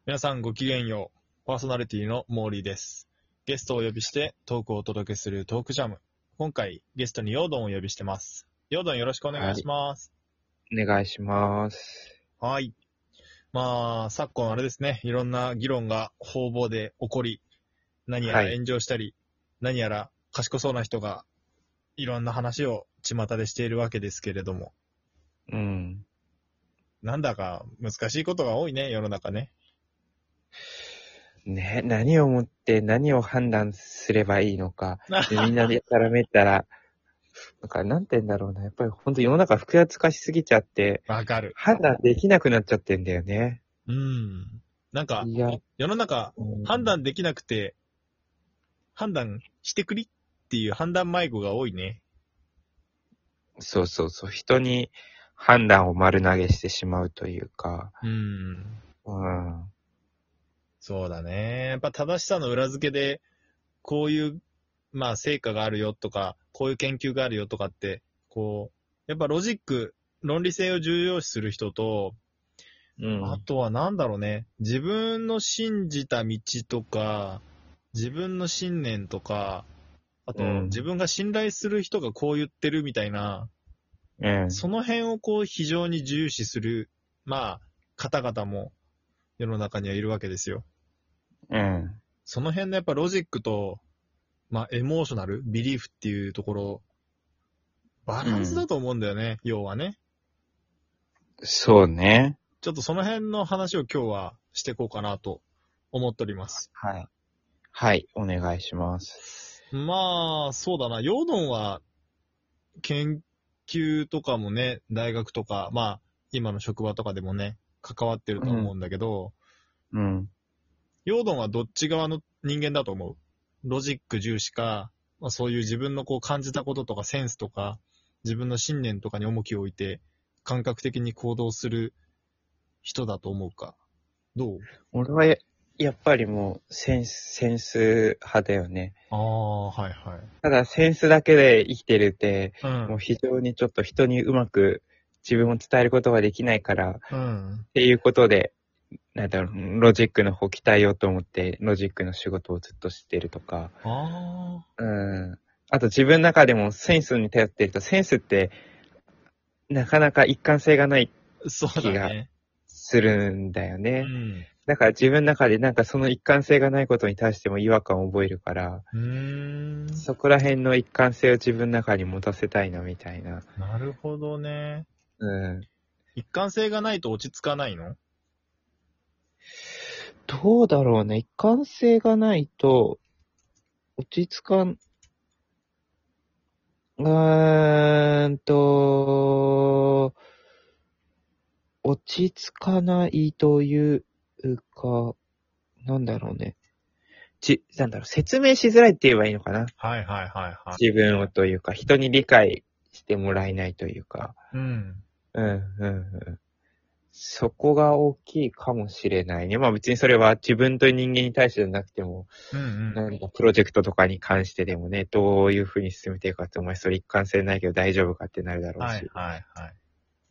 皆さんごきげんよう。パーソナリティのモーリーです。ゲストをお呼びしてトークをお届けするトークジャム。今回ゲストにヨードンをお呼びしてます。ヨードンよろしくお願いしはい。 ます。 お願いします。 はい。昨今あれですね。いろんな議論が方々で起こり、何やはい。 ら炎上したり、何やら賢そうな人がいろんな話を巷でしているわけですけれども、 うん。 なんだか難しいことが多いね、世の中ね。 ね、何をもって何を判断すればいいのか。で、みんなで絡めたら、なんて言うんだろうな。やっぱり本当世の中複雑化しすぎちゃって、 わかる。 判断できなくなっちゃってんだよね。 うん。なんか、 いや、 世の中うん、 判断できなくて、判断してくりっていう判断迷子が多いね。 そうそうそう。人に判断を丸投げしてしまうというか、 うん。 うん。 そうだね。やっぱ正しさの裏付けで、こういう、成果があるよとか、こういう研究があるよとかって、やっぱロジック、論理性を重要視する人と、あうん。 とはなんだろうね。自分の信じた道とか、自分の信念とか、あと、自うん。 分が信頼する人がこう言ってるみたいな、 うん。 その辺を非常に重視する、方々も世の中にはいるわけですよ。 うん。 その辺のやっぱロジックと、エモーショナル、ビリーフっていうところ、バランスだうん。 と思うんだよね、要はね。 そうね。 ちょっとその辺の話を今日はしていこうかなと思っております。 はい。はい。お願いします。 そうだな。ヨードンは研究とかもね、大学とか、今の職場とかでもね、関わってるうん。 と思うんだけど、 うん。 ヨードンはどっち側の人間だと思う？ロジック重視か、そういう自分の感じたこととかセンスとか、自分の信念とかに重きを置いて、感覚的に行動する人だと思うか。どう？ 俺はやっぱりもうセンス派だよね。 ああ、はいはい。 ただセンスだけで生きてるって、 うん、 もう非常にちょっと人にうまく自分を伝えることができないから、っうん。 ていうことで、なんだろう、ロジックの方鍛えようと思って、ロジックの仕事をずっとしてるとか、 あうん。あと自分の中でもセンスに頼ってると、センスってなかなか一貫性がないあ、そう気がだね。 するんだようね。 ん。 だから自分の中でその一貫性がないことに対しても違和感を覚えるから、 うーん。 そこら辺の一貫性を自分の中に持たせたいなみたいな。 なるほどね。 うん。 一貫性がないと落ち着かないの？ どうだろうね。一貫性がないと落ち着かん、うーんと、落ち着かないというか、なんだろうね。説明しづらいって言えばいいのかな。 はいはいはいはい。 自分をというか、人に理解してもらえないというか。 うん。 うん、うん、うん。そこが大きいかもしれないね。まあ別にそれは自分という人間に対してじゃなくても、 うんうん。 何かプロジェクトとかに関してでもね、どういうふうに進めていくかって、お前それ一貫性ないけど大丈夫かってなるだろうはいし。 はいはい。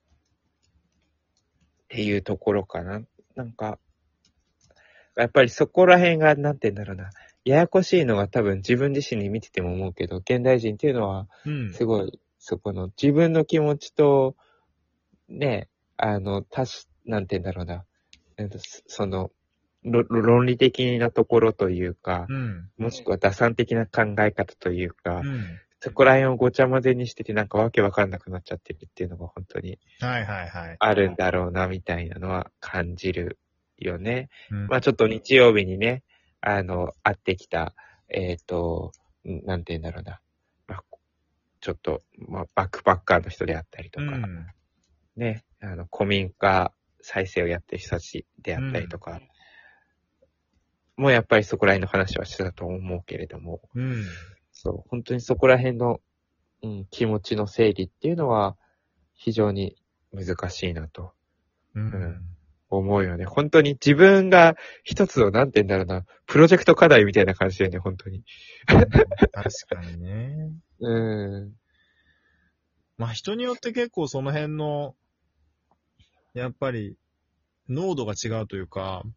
っていうところかな。なんか、やっぱりそこら辺が、なんて言うんだろうな。ややこしいのが多分自分自身に見てても思うけど、現代人っていうのは、 うん。 すごい、そこの自分の気持ちと、ね、なんて言うんだろうな。その、論理的なところというか、 うん。 もしくは打算的な考え方というか、 うん。 そこら辺をごちゃ混ぜにしててわけわかんなくなっちゃってるっていうのが本当にはいはいはい。 あるんだろうな、みたいなのは感じるよね。 うん。 まあちょっと日曜日にね、会ってきた、なんて言うんだろうな。まあ、ちょっと、バックパッカーの人であったりとか、 うん。 ね、古民家再生をやってる人たちであうん。 ったりとか、もうやっぱりそこら辺の話はしてたと思うけれども、 うん。 そう、本当にそこら辺の、気持ちの整理っていうのは非常に難しいなと。 うん。 うん。思うよね。本当に自分が一つの、なんて言うんだろうな、プロジェクト課題みたいな感じだよね、本当に。 確かにね。 うん。 人によって結構その辺の、やっぱり、濃度が違うというか、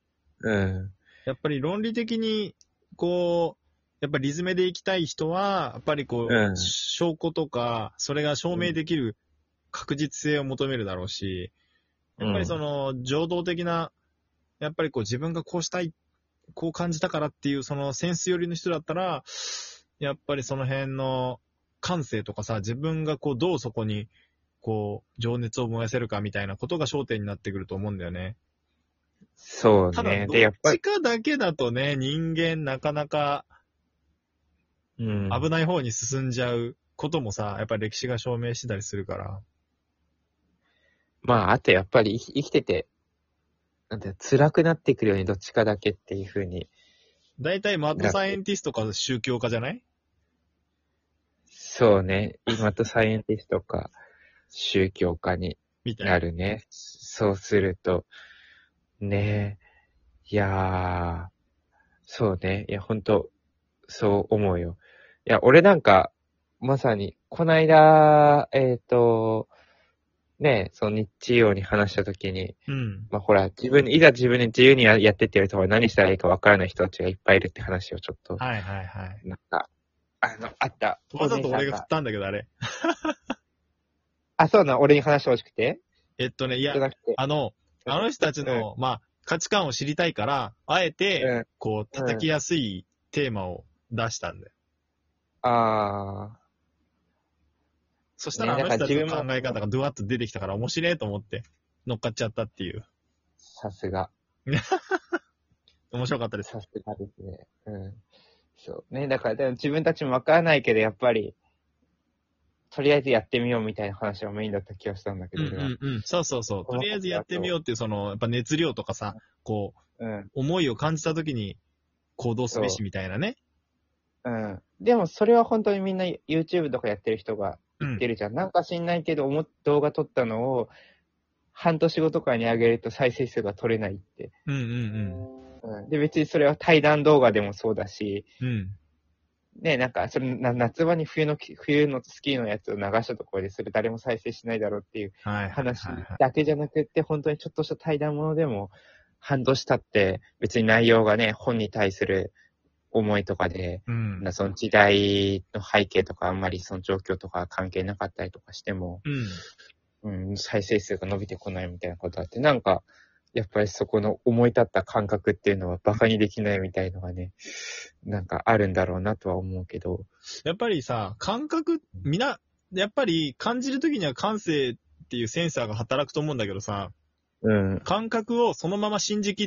うん。 やっぱり論理的に、こう、やっぱりリズムで行きたい人は、やっぱりこう、 うん証拠とか、それが証明できる確実性を求めるだろうし、やっぱりその、情動的な、やっぱりこう自分がこうしたい、こう感じたからっていう、そのセンス寄りの人だったら、やっぱりその辺の感性とかさ、自分がこうどうそこに、こう、情熱を燃やせるかみたいなことが焦点になってくると思うんだよね。ただ、 そうね。で、 どっやっぱり、 ちかだけだとね、人間なかなかうん。 危ない方に進んじゃうこともさ、やっぱり歴史が証明してたりするから。 まあ、あとやっぱり生きてて、なんて辛くなってくるようにどっちかだけっていう風に。 大体マッドサイエンティストか宗教家じゃない？ そうね。今とサイエンティストか宗教家にみたいな。 なるね。そうすると、ねいやそうね。いや、ほんと、そう思うよ。いや、俺なんか、まさに、こないだ、ね、その日曜に話したときに、 うん。 まあ、ほら、いざ自分で自由にやってって言われたら何したらいいかわからない人たちがいっぱいいるって話をちょっと、 はいはいはい。 なんか、あった。 わざと俺が振っお姉さんたんだけど、あれ。 あ、そうな、俺に話してほしくていや、 じゃなくて。 あの人たちの、まあ、価値観を知りたいから、あえて、こう、叩きやすいテーマを出したんだよ。 あそしたらねあの人たちのだから自分も考え方がドワッと出てきたから面白いと思って乗っかっちゃったっていう。 さすが。 面白かったです。 さすがですね。そう。ね、だから、でも自分たちもわからないけど、やっぱり、とりあえずやってみようみたいな話がメインだった気がしたんだけうんど、俺は。 うんうん。そうそうそう。とりあえずやってみようっていう、その、やっぱ熱量とかさ、こう、 うん。 思いを感じた時に行動すべしみたいなね。 でも、それは本当にみんな YouTube とかやってる人が言ってるじゃん。なんか知んないけど、動画撮ったのを、半年後とかに上げると再生数が取れないって。 うんうんで、別にそれは対談動画でもそうだし、 うん。うん。 ね、なんか、夏場に冬のスキーのやつを流したところで、それ誰も再生しないだろうっていうはいはい話はいはい。 だけじゃなくって、本当にちょっとした対談ものでも、半年経って別に内容がね、本に対する思いとかで、 うん。 その時代の背景とかあんまりその状況とか関係なかったりとかしても、再生数が伸びてこないみたいなことあって、なんか、やっぱりそこの思い立った感覚っていうのはバカにできないみたいのがね、なんかあるんだろうなとは思うけど。 やっぱりさ、感覚、やっぱり感じるときには感性っていうセンサーが働くと思うんだけどさ、感覚をそのまま信じきって、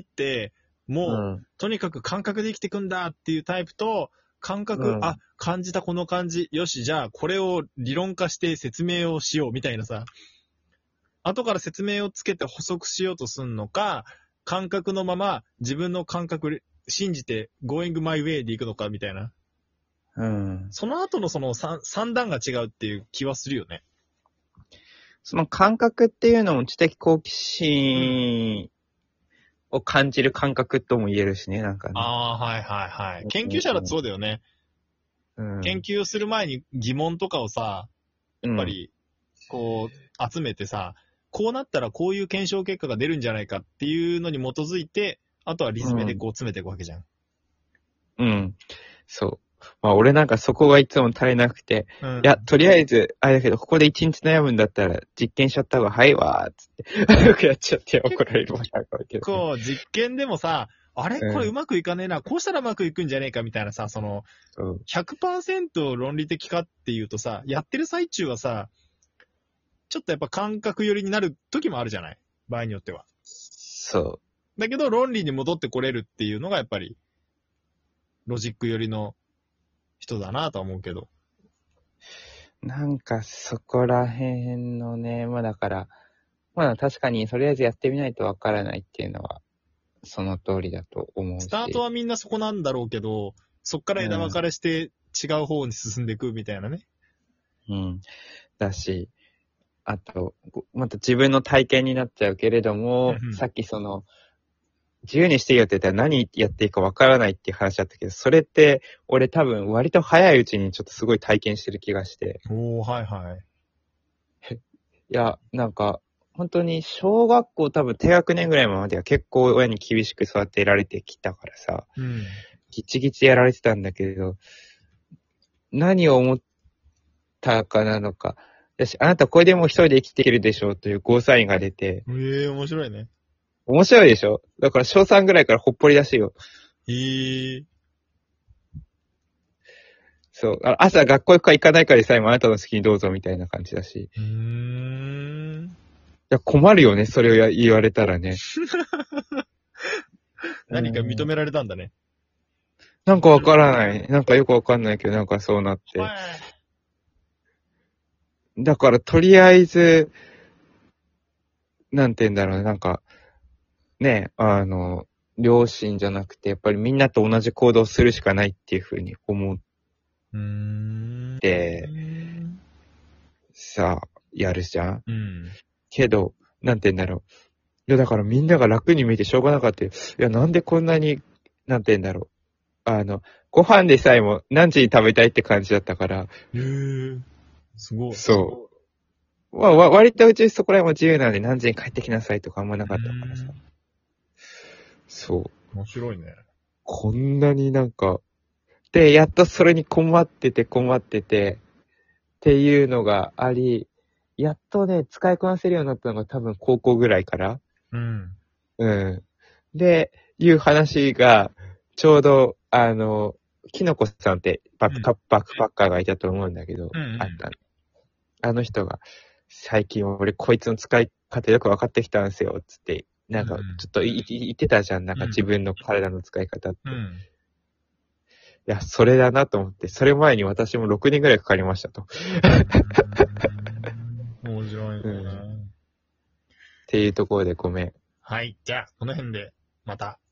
もう、とにかく感覚で生きてくんだっていうタイプと、感覚、感じたこの感じ、よし、じゃあこれを理論化して説明をしようみたいなさ、後から説明をつけて補足しようとすんのか、感覚のまま自分の感覚信じて going my way で行くのかみたいな。その後のその三段が違うっていう気はするよね。 その感覚っていうのも知的好奇心を感じる感覚とも言えるしね、なんかね。 はいはいはい。研究者だとそうだよね。研究をする前に疑問とかをさ、やっぱり、こう、集めてさ、こうなったらこういう検証結果が出るんじゃないかっていうのに基づいて、あとはリズムでこう詰めていくわけじゃん。 そう。まあ俺なんかそこがいつも足りなくて、いや、とりあえず、あれだけど、ここで一日悩むんだったら実験しちゃった方が早いわーっつって、よくやっちゃって怒られるわけだけど。 こう、実験でもさ、あれこれうまくいかねえな、こうしたらうまくいくんじゃねえかみたいなさ、その、100% 論理的かっていうとさ、やってる最中はさ、ちょっとやっぱ感覚寄りになる時もあるじゃない？場合によっては。 そう。 だけど論理に戻ってこれるっていうのがやっぱり、ロジック寄りの人だなとは思うけど。 なんかそこら辺のね、まあだから、まあ確かにとりあえずやってみないとわからないっていうのは、その通りだと思うし。 スタートはみんなそこなんだろうけど、そっから枝分かれして違う方に進んでいくみたいなね。 だし、あと、また自分の体験になっちゃうけれども、さっきその、自由にしていいよって言ったら何やっていいかわからないっていう話だったけど、それって俺多分割と早いうちにちょっとすごい体験してる気がして。 はいはい。 いや、なんか、 本当に小学校多分低学年ぐらいまでは結構親に厳しく育てられてきたからさ、 うん。 ギチギチやられてたんだけど、何を思ったかなのか。だし、あなたこれでもう一人で生きていけるでしょうというゴーサインが出て、 面白いね。 面白いでしょ？だから小3ぐらいからほっぽり出しよ。 へえ。 そう。朝学校行くか行かないかでさえもあなたの好きにどうぞみたいな感じだし。いや、困るよね、それを言われたらね。 何か認められたんだね。 なんかわからない。なんかよくわかんないけど、なんかそうなって。だからとりあえず、なんて言うんだろうね、なんか、ね、両親じゃなくて、やっぱりみんなと同じ行動をするしかないっていうふうに思っうーん。 て、さあ、やるじゃん。 うん。 けど、なんて言うんだろう。いや、だからみんなが楽に見えてしょうがなかったよ。いや、なんでこんなに、なんて言うんだろう。ご飯でさえも何時に食べたいって感じだったから、 へえ。すごい。 そう。割とうちそこら辺も自由なんで何時に帰ってきなさいとかあんまなかったからさ。そう。 面白いね。 こんなになんか、で、やっとそれに困ってて、っていうのがあり、やっとね、使いこなせるようになったのが多分高校ぐらいから。 うん。 うん。で、いう話が、ちょうど、キノコさんってバックパッカーがいたと思うんだけど、 うんあったの。あの人が、最近俺こいつの使い方よく分かってきたんですよ、つって、なんかちょっと言ってたじゃん、なんか自分の体の使い方って。 うん。 いや、それだなと思って、それ前に私も6人ぐらいかかりましたと。 面白いね、 うん。っていうところでごめん。 はい。じゃあ、この辺で、また。